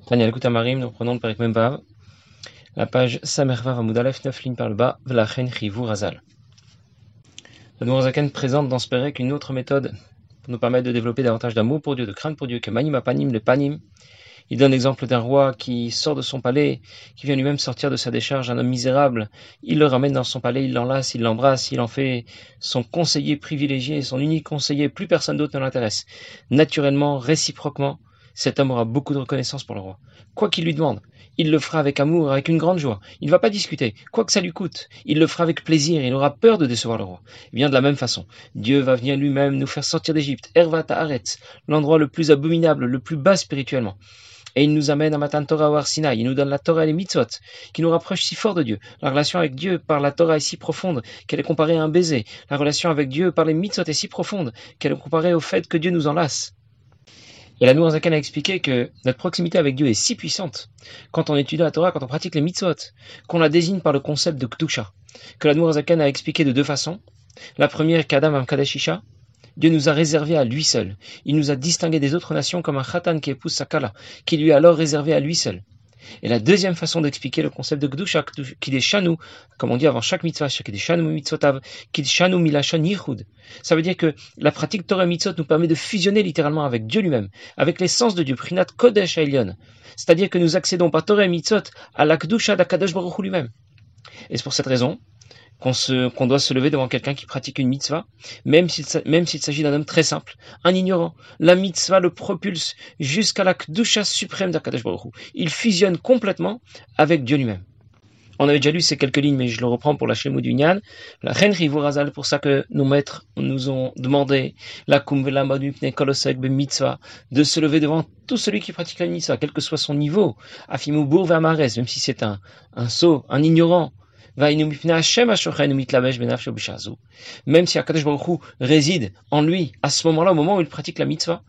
Tania Marim, nous reprenons le Perek Mem Vav, la page Samervav Amud Aleph, 9 lignes par le bas, V'lachen Chivur Hazal. Le Nourazaken présente dans ce Perek une autre méthode pour nous permettre de développer davantage d'amour pour Dieu, de crainte pour Dieu, que Manim Apanim, le Panim. Il donne l'exemple d'un roi qui sort de son palais, qui vient lui-même sortir de sa décharge, un homme misérable. Il le ramène dans son palais, il l'enlace, il l'embrasse, il en fait son conseiller privilégié, son unique conseiller, plus personne d'autre ne l'intéresse. Naturellement, réciproquement, cet homme aura beaucoup de reconnaissance pour le roi. Quoi qu'il lui demande, il le fera avec amour, avec une grande joie. Il ne va pas discuter, quoi que ça lui coûte. Il le fera avec plaisir, il aura peur de décevoir le roi. Et bien de la même façon, Dieu va venir lui-même nous faire sortir d'Égypte, Ervat Haaretz, l'endroit le plus abominable, le plus bas spirituellement. Et il nous amène à Matan Torah ou Arsinaï. Il nous donne la Torah et les mitzvot, qui nous rapprochent si fort de Dieu. La relation avec Dieu par la Torah est si profonde qu'elle est comparée à un baiser. La relation avec Dieu par les mitzvot est si profonde qu'elle est comparée au fait que Dieu nous enlace. Et la Nourazaken a expliqué que notre proximité avec Dieu est si puissante, quand on étudie la Torah, quand on pratique les mitzvot, qu'on la désigne par le concept de Kdusha, que la Nourazaken a expliqué de deux façons. La première, Kadam Am Kadeshisha, Dieu nous a réservé à lui seul. Il nous a distingués des autres nations comme un khatan qui épouse sa kala, qui lui est alors réservé à lui seul. Et la deuxième façon d'expliquer le concept de Gdusha, Kideshanu, comme on dit avant chaque mitzvah, Kideshanu mitzvotav, Kideshanu milashon yichud. Ça veut dire que la pratique Torah mitzvot nous permet de fusionner littéralement avec Dieu lui-même, avec l'essence de Dieu, Prinat Kodesh Haelyon. C'est-à-dire que nous accédons par Torah mitzvot à la Gdusha d'Akadosh Baruch Hu lui-même. Et c'est pour cette raison qu'on doit se lever devant quelqu'un qui pratique une mitzvah, même s'il s'agit d'un homme très simple, un ignorant. La mitzvah le propulse jusqu'à la Kedusha suprême d'Akadosh Baruch Hu. Il fusionne complètement avec Dieu lui-même. On avait déjà lu ces quelques lignes, mais je le reprends pour la Shlemut du Nyan. La Chen Chivur Hazal, pour ça que nos maîtres nous ont demandé la Kum Ve'Lamad Mipnei Kol Osek B'Mitzvah, de se lever devant tout celui qui pratique une mitzvah, quel que soit son niveau, Afimu Bour Ve'Amares, même si c'est un sot, un ignorant. Même si Akadosh Baruch Hu réside en lui à ce moment-là, au moment où il pratique la mitzvah,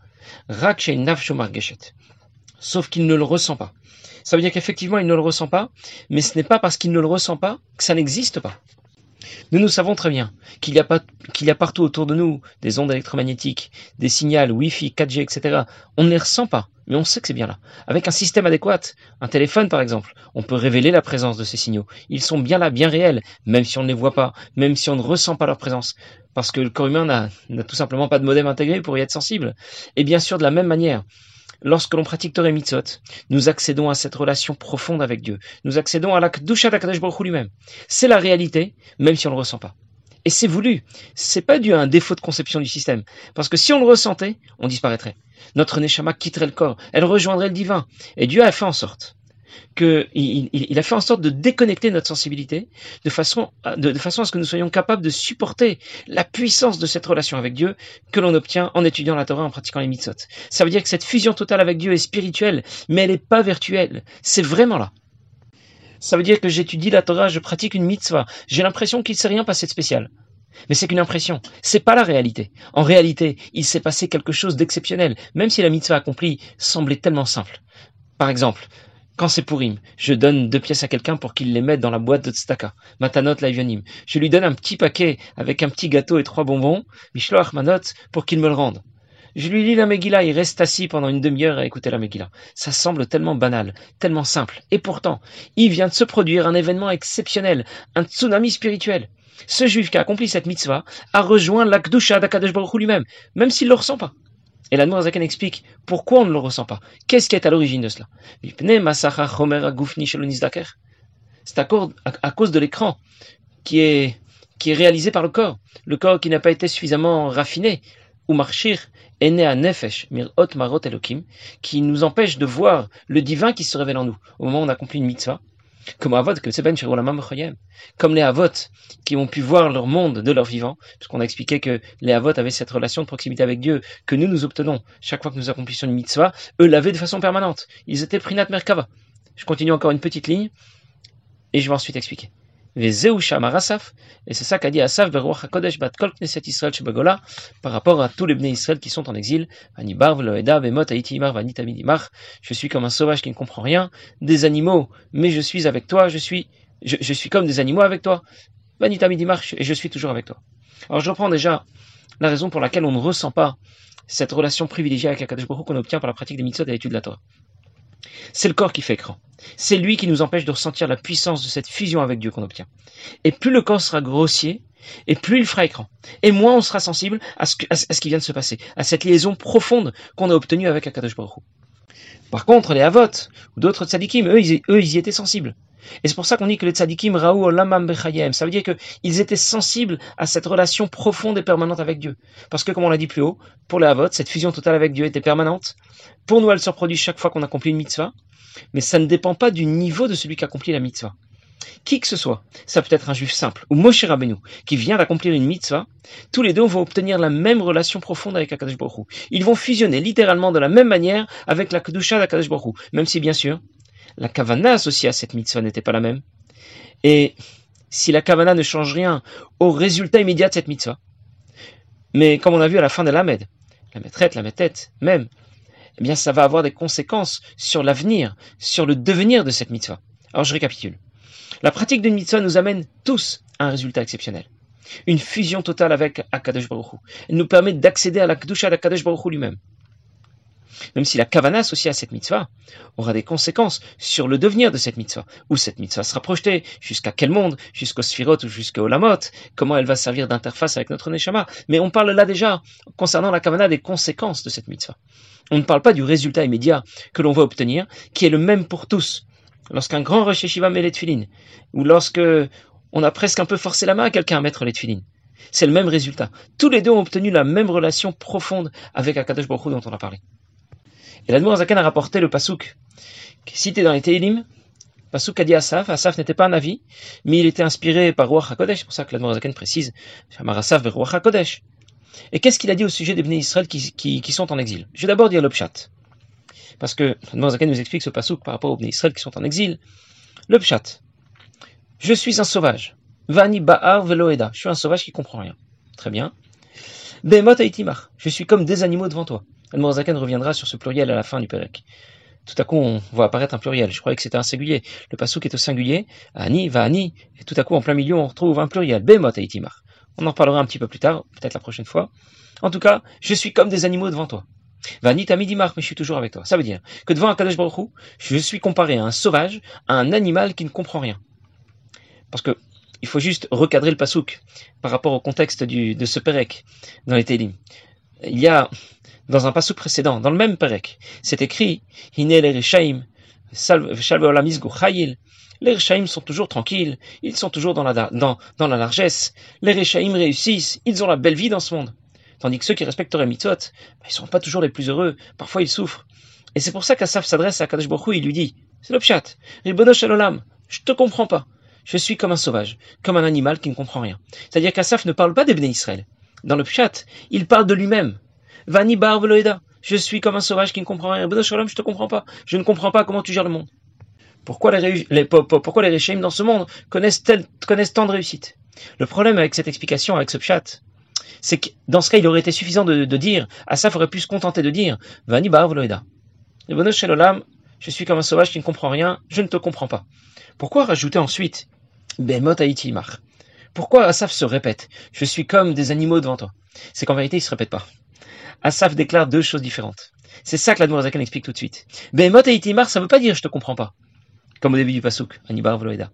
sauf qu'il ne le ressent pas. Ça veut dire qu'effectivement il ne le ressent pas, mais ce n'est pas parce qu'il ne le ressent pas que ça n'existe pas. Nous savons très bien qu'il y a partout autour de nous des ondes électromagnétiques, des signaux Wi-Fi, 4G, etc. On ne les ressent pas, mais on sait que c'est bien là. Avec un système adéquat, un téléphone par exemple, on peut révéler la présence de ces signaux. Ils sont bien là, bien réels, même si on ne les voit pas, même si on ne ressent pas leur présence. Parce que le corps humain n'a tout simplement pas de modem intégré pour y être sensible. Et bien sûr, de la même manière, lorsque l'on pratique Torah et Mitzvot, nous accédons à cette relation profonde avec Dieu. Nous accédons à la Kedusha d'Akadosh Baruch Hu lui-même. C'est la réalité, même si on ne le ressent pas. Et c'est voulu. C'est pas dû à un défaut de conception du système. Parce que si on le ressentait, on disparaîtrait. Notre Neshama quitterait le corps. Elle rejoindrait le divin. Et Dieu a fait en sorte il a fait en sorte de déconnecter notre sensibilité de façon à ce que nous soyons capables de supporter la puissance de cette relation avec Dieu que l'on obtient en étudiant la Torah, en pratiquant les mitzvot. Ça veut dire que cette fusion totale avec Dieu est spirituelle, mais elle n'est pas virtuelle. C'est vraiment là. Ça veut dire que j'étudie la Torah, je pratique une mitzvah. J'ai l'impression qu'il ne s'est rien passé de spécial. Mais c'est qu'une impression, c'est pas la réalité. En réalité, il s'est passé quelque chose d'exceptionnel, même si la mitzvah accomplie semblait tellement simple. Par exemple, quand c'est Purim, je donne 2 pièces à quelqu'un pour qu'il les mette dans la boîte de tzedaka, matanot laivionim. Je lui donne un petit paquet avec un petit gâteau et 3 bonbons, mishloach manot, pour qu'il me le rende. Je lui lis la Megillah, il reste assis pendant une demi-heure à écouter la Megillah. Ça semble tellement banal, tellement simple. Et pourtant, il vient de se produire un événement exceptionnel, un tsunami spirituel. Ce juif qui a accompli cette mitzvah a rejoint la Kedusha d'Akadosh Baruch Hu lui-même, même s'il ne le ressent pas. Et la Nourazaken explique pourquoi on ne le ressent pas. Qu'est-ce qui est à l'origine de cela? C'est à cause de l'écran qui est réalisé par le corps qui n'a pas été suffisamment raffiné, ou marchir est né à nefesh mirot marot elokim, qui nous empêche de voir le divin qui se révèle en nous au moment où on accomplit une mitzvah. Comme les Avot qui ont pu voir leur monde de leur vivant, puisqu'on a expliqué que les Avot avaient cette relation de proximité avec Dieu que nous obtenons chaque fois que nous accomplissions une mitzvah, eux l'avaient de façon permanente. Ils étaient Prinat Merkava. Je continue encore une petite ligne et je vais ensuite expliquer. Et c'est ça qu'a dit Asaf Beruach HaKodesh Bat Kol Knesset Israël Shebagola par rapport à tous les Bnei Israël qui sont en exil. Je suis comme un sauvage qui ne comprend rien, des animaux, mais je suis avec toi, je suis comme des animaux avec toi. Et je suis toujours avec toi. Alors je reprends déjà la raison pour laquelle on ne ressent pas cette relation privilégiée avec Akadosh Baruch Hu qu'on obtient par la pratique des mitzvot et l'étude de la Torah. C'est le corps qui fait écran. C'est lui qui nous empêche de ressentir la puissance de cette fusion avec Dieu qu'on obtient. Et plus le corps sera grossier, et plus il fera écran. Et moins on sera sensible à ce qui vient de se passer, à cette liaison profonde qu'on a obtenue avec Akadosh Baruch Hu. Par contre, les Avot, ou d'autres tzadikim, eux, ils y étaient sensibles. Et c'est pour ça qu'on dit que les tzadikim raou olamam bechayem. Ça veut dire qu'ils étaient sensibles à cette relation profonde et permanente avec Dieu. Parce que, comme on l'a dit plus haut, pour les Avot, cette fusion totale avec Dieu était permanente. Pour nous, elle se reproduit chaque fois qu'on accomplit une mitzvah. Mais ça ne dépend pas du niveau de celui qui accomplit la mitzvah. Qui que ce soit, ça peut être un juif simple, ou Moshe Rabbeinu, qui vient d'accomplir une mitzvah, tous les deux vont obtenir la même relation profonde avec Akadosh Baruch Hu. Ils vont fusionner littéralement de la même manière avec la Kedusha d'Akadosh Baruch Hu, même si bien sûr, la kavana associée à cette mitzvah n'était pas la même. Et si la kavana ne change rien au résultat immédiat de cette mitzvah, mais comme on a vu à la fin de l'Amed, la maîtrette, la métette, même, eh bien ça va avoir des conséquences sur l'avenir, sur le devenir de cette mitzvah. Alors je récapitule. La pratique d'une mitzvah nous amène tous à un résultat exceptionnel. Une fusion totale avec Akadosh Baruch Hu. Elle nous permet d'accéder à la Kedusha d'Akadosh Baruch Hu lui-même. Même si la kavana associée à cette mitzvah aura des conséquences sur le devenir de cette mitzvah, où cette mitzvah sera projetée, jusqu'à quel monde, jusqu'au Sphirot ou jusqu'au Lamot, comment elle va servir d'interface avec notre Neshama. Mais on parle là déjà, concernant la kavana, des conséquences de cette mitzvah. On ne parle pas du résultat immédiat que l'on va obtenir, qui est le même pour tous. Lorsqu'un grand Rosh Yeshiva met les tefilines, ou lorsque on a presque un peu forcé la main à quelqu'un à mettre les tefilines, c'est le même résultat. Tous les deux ont obtenu la même relation profonde avec Akadosh Baruch Hu dont on a parlé. Et l'Admour Azaken a rapporté le pasouk qui est cité dans les Tehillim. Pasouk a dit Asaf. Asaf n'était pas un avis, mais il était inspiré par Ruach HaKodesh. C'est pour ça que l'Admour Azaken précise Shamar Asaf ve Ruach HaKodesh. Et qu'est-ce qu'il a dit au sujet des Bnei Israël qui sont en exil? Je vais d'abord dire le pshat. Parce que l'Admour Azaken nous explique ce pasouk par rapport aux Bnei Israël qui sont en exil. Le pshat. Je suis un sauvage. Vani ba'ar veloeda. Je suis un sauvage qui comprend rien. Très bien. Behemot haitimach. Je suis comme des animaux devant toi. L'Admour Azaken reviendra sur ce pluriel à la fin du Pérec. Tout à coup, on voit apparaître un pluriel. Je croyais que c'était un singulier. Le pasouk est au singulier. Ani, va ani. Et tout à coup, en plein milieu, on retrouve un pluriel. Behemot haitimach. On en reparlera un petit peu plus tard, peut-être la prochaine fois. En tout cas, je suis comme des animaux devant toi. Vani tamidimach, mais je suis toujours avec toi. Ça veut dire que devant Akadosh Baruch Hu, je suis comparé à un sauvage, à un animal qui ne comprend rien. Parce que il faut juste recadrer le pasouk par rapport au contexte de ce Pérec dans les Tehillim. Il y a, dans un pasouk précédent, dans le même Pérec, c'est écrit Hine les Rechaim, Shalve Olam Yizgu Chayil. Les Rechaim sont toujours tranquilles, ils sont toujours dans la largesse. Les Rechaim réussissent, ils ont la belle vie dans ce monde. Tandis que ceux qui respectent Torah Mitzvot, ils ne sont pas toujours les plus heureux, parfois ils souffrent. Et c'est pour ça qu'Asaf s'adresse à Kadosh Baruch Hu, il lui dit, c'est le pshat, Ribono shel olam, je te comprends pas. Je suis comme un sauvage, comme un animal qui ne comprend rien. C'est-à-dire qu'Asaf ne parle pas des Bnei Israël. Dans le pshat, il parle de lui-même. Vani bar veloeda, je suis comme un sauvage qui ne comprend rien. Ribono shel olam, je te comprends pas. Je ne comprends pas comment tu gères le monde. Pourquoi les Réchaim dans ce monde connaissent tant de réussite? Le problème avec cette explication, avec ce pshat, c'est que dans ce cas, il aurait été suffisant de dire, Asaf aurait pu se contenter de dire, Vani bar veloeda. Ribono shel olam, je suis comme un sauvage qui ne comprend rien, je ne te comprends pas. Pourquoi rajouter ensuite Behemot haitimach? Pourquoi Asaf se répète? Je suis comme des animaux devant toi. C'est qu'en vérité, il ne se répète pas. Asaf déclare deux choses différentes. C'est ça que l'Admour Azaken explique tout de suite. Behemot haitimach, ça ne veut pas dire je te comprends pas. Comme au début du pasouk, Anibar Vloeda.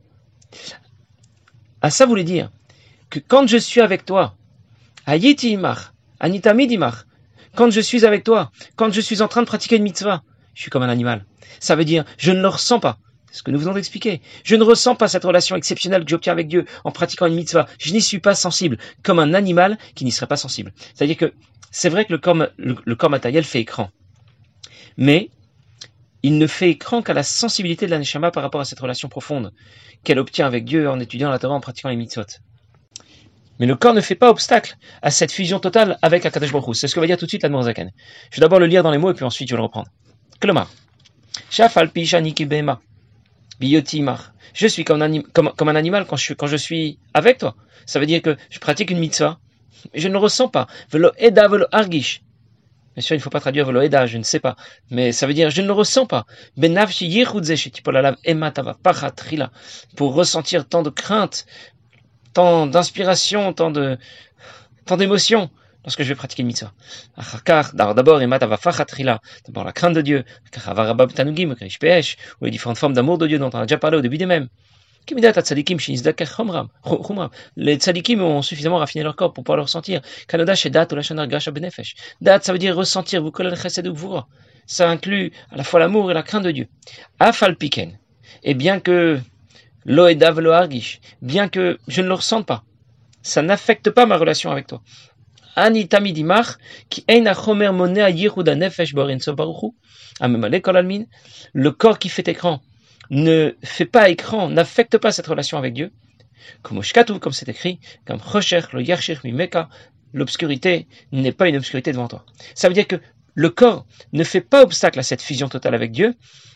Asaf voulait dire que quand je suis avec toi, Hayitimach, Anitamidimach, quand je suis avec toi, quand je suis en train de pratiquer une mitzvah, je suis comme un animal. Ça veut dire je ne le ressens pas. C'est ce que nous venons d'expliquer. Je ne ressens pas cette relation exceptionnelle que j'obtiens avec Dieu en pratiquant une mitzvah. Je n'y suis pas sensible, comme un animal qui n'y serait pas sensible. C'est-à-dire que c'est vrai que le corps matériel fait écran. Mais il ne fait écran qu'à la sensibilité de la Neshama par rapport à cette relation profonde qu'elle obtient avec Dieu en étudiant la Torah, en pratiquant les mitzvot. Mais le corps ne fait pas obstacle à cette fusion totale avec Akadosh Baruch Hu. C'est ce que va dire tout de suite l'Admour Azaken. Je vais d'abord le lire dans les mots et puis ensuite je vais le reprendre. Klomar. Shafal pi shaniki bema. Je suis comme un animal quand je suis avec toi. Ça veut dire que je pratique une mitzvah, mais je ne le ressens pas. Velo eda velo argish. Bien sûr, il ne faut pas traduire velo eda, je ne sais pas. Mais ça veut dire je ne le ressens pas. Benavshi yichudze shetipolalav ematava pachatrila. Pour ressentir tant de crainte, tant d'inspiration, tant d'émotion lorsque je vais pratiquer une mitzvah. D'abord, la crainte de Dieu, ou les différentes formes d'amour de Dieu dont on a déjà parlé au début des mêmes. Les tzadikim ont suffisamment raffiné leur corps pour pouvoir le ressentir. Dat, ça veut dire ressentir. Ça inclut à la fois l'amour et la crainte de Dieu. Afal piken. Et bien que loedav lo argish, bien que je ne le ressente pas, ça n'affecte pas ma relation avec toi. Ani tamidimach ki eina chomer monea yichuda nefesh borenso baruchu. Amemale kol almin. Le corps qui fait écran ne fait pas écran, n'affecte pas cette relation avec Dieu. Comme c'est écrit, comme Chosher lo yarshir mimeka, l'obscurité n'est pas une obscurité devant toi. Ça veut dire que le corps ne fait pas obstacle à cette fusion totale avec Dieu.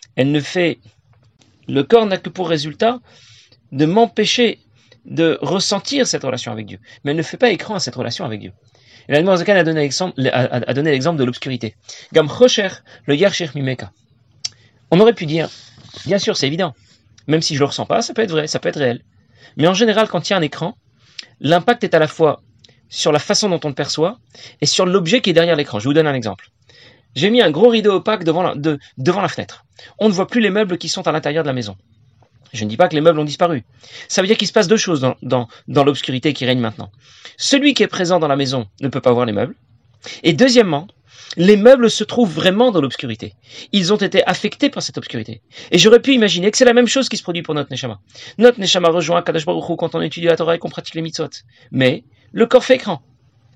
Le corps n'a que pour résultat de m'empêcher de ressentir cette relation avec Dieu. Mais elle ne fait pas écran à cette relation avec Dieu. Et l'Admor Zakan a donné l'exemple de l'obscurité. Gam Chosher le yarshir mimeka. On aurait pu dire, bien sûr, c'est évident. Même si je le ressens pas, ça peut être vrai, ça peut être réel. Mais en général, quand il y a un écran, l'impact est à la fois sur la façon dont on le perçoit et sur l'objet qui est derrière l'écran. Je vous donne un exemple. J'ai mis un gros rideau opaque devant la fenêtre. On ne voit plus les meubles qui sont à l'intérieur de la maison. Je ne dis pas que les meubles ont disparu. Ça veut dire qu'il se passe deux choses dans l'obscurité qui règne maintenant. Celui qui est présent dans la maison ne peut pas voir les meubles. Et deuxièmement, les meubles se trouvent vraiment dans l'obscurité. Ils ont été affectés par cette obscurité. Et j'aurais pu imaginer que c'est la même chose qui se produit pour notre Neshama. Notre Neshama rejoint Kadosh Baruch Hu quand on étudie la Torah et qu'on pratique les mitzvot. Mais le corps fait écran.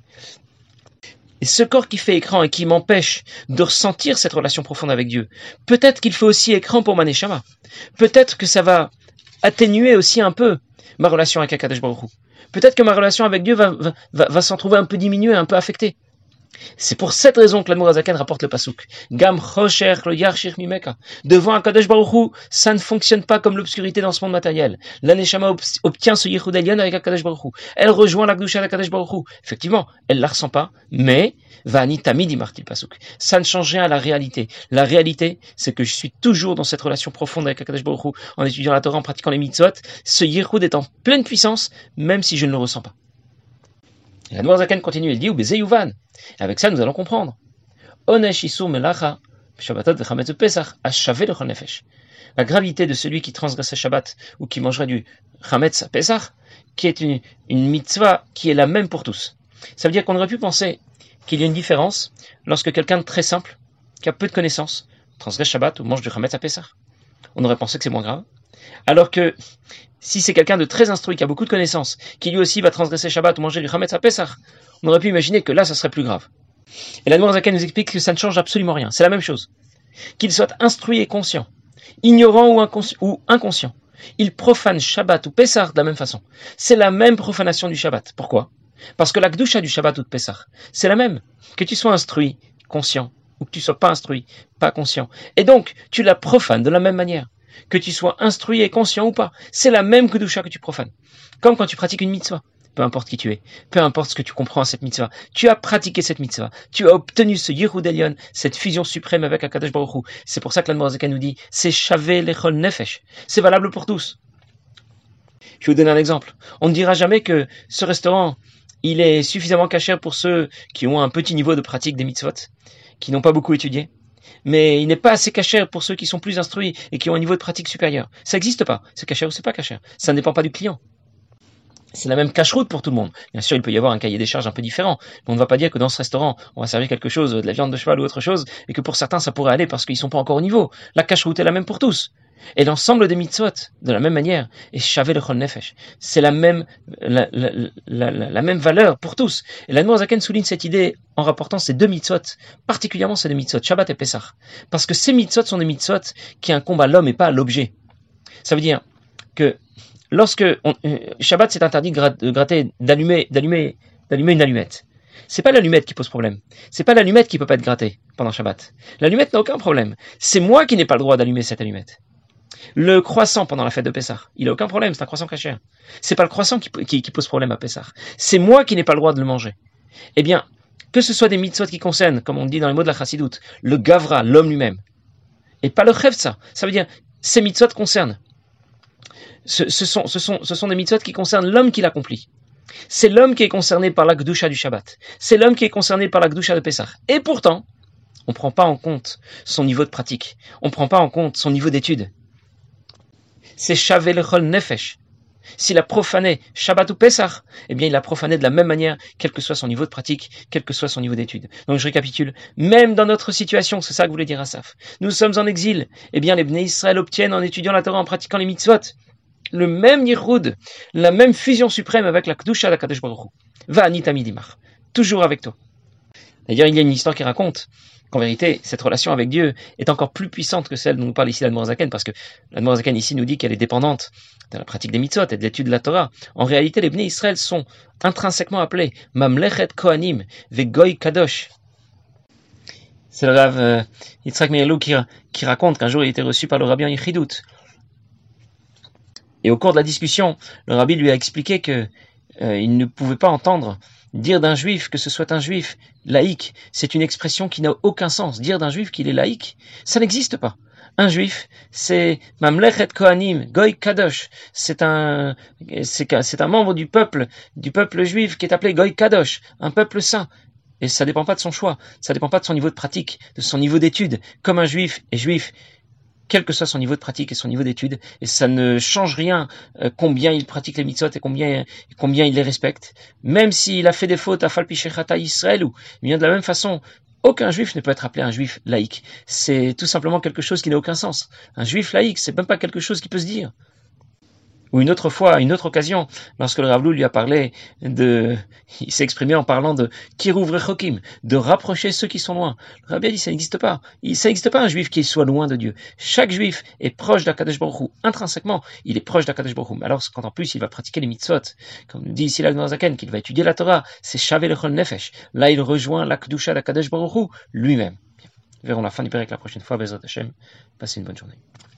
Et ce corps qui fait écran et qui m'empêche de ressentir cette relation profonde avec Dieu, peut-être qu'il fait aussi écran pour ma Neshama. Peut-être que ça va atténuer aussi un peu ma relation avec Kadosh Baruch Hu. Peut-être que ma relation avec Dieu va s'en trouver un peu diminuée, un peu affectée. C'est pour cette raison que l'Admor Zaken rapporte le pasuk. Gam chosher lo yarshir mimeka. Devant un Kadosh Baruch Hu, ça ne fonctionne pas comme l'obscurité dans ce monde matériel. La Neshama obtient ce yichud elyon avec Kadosh Baruch Hu. Elle rejoint la Gdusha de Kadosh Baruch Hu. Effectivement, elle la ressent pas, mais va'ani tamid martil pasuk. Ça ne change rien à la réalité. La réalité, c'est que je suis toujours dans cette relation profonde avec Kadosh Baruch Hu, en étudiant la Torah, en pratiquant les mitzvot. Ce yichud est en pleine puissance, même si je ne le ressens pas. L'Admor Zaken continue, il dit, ou bezeyuvan. Avec ça, nous allons comprendre. Onesh isur melacha, shabbatot v'chametz pesach, ashavé lechol nefesh. La gravité de celui qui transgresse le Shabbat ou qui mangerait du chametz à Pesach, qui est une mitzvah qui est la même pour tous. Ça veut dire qu'on aurait pu penser qu'il y a une différence lorsque quelqu'un de très simple, qui a peu de connaissances, transgresse Shabbat ou mange du chametz à Pesach. On aurait pensé que c'est moins grave. Alors que si c'est quelqu'un de très instruit, qui a beaucoup de connaissances, qui lui aussi va transgresser Shabbat ou manger du chametz à Pesach, on aurait pu imaginer que là, ça serait plus grave. Et l'Admor Zaken nous explique que ça ne change absolument rien. C'est la même chose. Qu'il soit instruit et conscient, ignorant ou inconscient, il profane Shabbat ou Pesach de la même façon. C'est la même profanation du Shabbat. Pourquoi ? Parce que la Gdusha du Shabbat ou de Pesach, c'est la même. Que tu sois instruit, conscient, ou que tu sois pas instruit, pas conscient. Et donc, tu la profanes de la même manière. Que tu sois instruit et conscient ou pas, c'est la même Kedusha que tu profanes. Comme quand tu pratiques une mitzvah, peu importe qui tu es, peu importe ce que tu comprends à cette mitzvah, tu as pratiqué cette mitzvah, tu as obtenu ce Yichud Elyon, cette fusion suprême avec Akadosh Baruch Hu. C'est pour ça que l'Admor Zaken nous dit, c'est Shavé Lechol Nefesh, c'est valable pour tous. Je vais vous donner un exemple. On ne dira jamais que ce restaurant, il est suffisamment caché pour ceux qui ont un petit niveau de pratique des mitzvot, qui n'ont pas beaucoup étudié. Mais il n'est pas assez caché pour ceux qui sont plus instruits et qui ont un niveau de pratique supérieur. Ça n'existe pas. C'est caché ou c'est pas caché. Ça ne dépend pas du client. C'est la même cache-route pour tout le monde. Bien sûr, il peut y avoir un cahier des charges un peu différent. Mais on ne va pas dire que dans ce restaurant, on va servir quelque chose, de la viande de cheval ou autre chose, et que pour certains, ça pourrait aller parce qu'ils ne sont pas encore au niveau. La cache-route est la même pour tous. Et l'ensemble des mitzvot, de la même manière, est shavé lechol nefesh. C'est la même valeur pour tous. Et l'Admor Zaken souligne cette idée en rapportant ces deux mitzvot, particulièrement ces deux mitzvot, Shabbat et Pesach. Parce que ces mitzvot sont des mitzvot qui incombent à l'homme et pas à l'objet. Ça veut dire que Shabbat, c'est interdit d'allumer une allumette. C'est pas l'allumette qui pose problème. C'est pas l'allumette qui peut pas être grattée pendant Shabbat. L'allumette n'a aucun problème. C'est moi qui n'ai pas le droit d'allumer cette allumette. Le croissant pendant la fête de Pessah, il n'a aucun problème, c'est un croissant caché. C'est pas le croissant qui pose problème à Pessah. C'est moi qui n'ai pas le droit de le manger. Eh bien, que ce soit des mitzvot qui concernent, comme on dit dans les mots de la Chassidoute, le Gavra, l'homme lui-même, et pas le Chevtsa. Ça veut dire, ces mitzvot concernent. Ce sont des mitzvot qui concernent l'homme qui l'accomplit. C'est l'homme qui est concerné par la Gdusha du Shabbat. C'est l'homme qui est concerné par la Gdusha de Pessah. Et pourtant, on ne prend pas en compte son niveau de pratique. On ne prend pas en compte son niveau d'étude. C'est Shavé Lechol Nefesh. S'il a profané Shabbat ou Pessah, eh bien il a profané de la même manière, quel que soit son niveau de pratique, quel que soit son niveau d'étude. Donc je récapitule, même dans notre situation, c'est ça que voulait dire Asaph, nous sommes en exil, eh bien les Bnei Israël obtiennent en étudiant la Torah, en pratiquant les mitzvot, le même Yichud, la même fusion suprême avec la Kedusha d'Akadosh Baruch Hu. Va Anitami Dimar, toujours avec toi. D'ailleurs, il y a une histoire qui raconte qu'en vérité, cette relation avec Dieu est encore plus puissante que celle dont nous parle ici l'Admor Zaken, parce que l'Admor Zaken ici nous dit qu'elle est dépendante de la pratique des mitzvot et de l'étude de la Torah. En réalité, les Bnei Israël sont intrinsèquement appelés Mamlechet Kohanim Vegoy Kadosh. C'est le Rav Yitzhak Meirlou qui raconte qu'un jour il était reçu par le Rabbi en Yichidut. Et au cours de la discussion, le Rabbi lui a expliqué que il ne pouvait pas entendre dire d'un juif que ce soit un juif laïque. C'est une expression qui n'a aucun sens. Dire d'un juif qu'il est laïque, ça n'existe pas. Un juif, c'est Mamlechet Kohanim, Goy Kadosh. C'est un membre du peuple juif qui est appelé Goy Kadosh, un peuple saint. Et ça dépend pas de son choix. Ça dépend pas de son niveau de pratique, de son niveau d'étude. Comme un juif est juif, quel que soit son niveau de pratique et son niveau d'étude, et ça ne change rien combien il pratique les mitzvot et combien il les respecte, même s'il a fait des fautes à Falpichechata Israël, ou bien de la même façon, aucun juif ne peut être appelé un juif laïque. C'est tout simplement quelque chose qui n'a aucun sens. Un juif laïque, c'est même pas quelque chose qui peut se dire. Ou une autre fois, une autre occasion, lorsque le Rav Lou lui a parlé il s'est exprimé en parlant de Kiruv Rechokim, de rapprocher ceux qui sont loin. Le Rabbi a dit, ça n'existe pas. Ça n'existe pas un juif qui soit loin de Dieu. Chaque juif est proche d'Akadosh Baruch Hu. Intrinsèquement, il est proche d'Akadosh Baruch Hu. Alors, quand en plus il va pratiquer les mitzvot, comme nous dit ici l'Admor Zaken, qu'il va étudier la Torah, c'est Shavé Lechol Nefesh. Là, il rejoint la Kedusha d'Akadosh Baruch Hu lui-même. Nous verrons la fin du pérec la prochaine fois. Bezrat Hashem. Passez une bonne journée.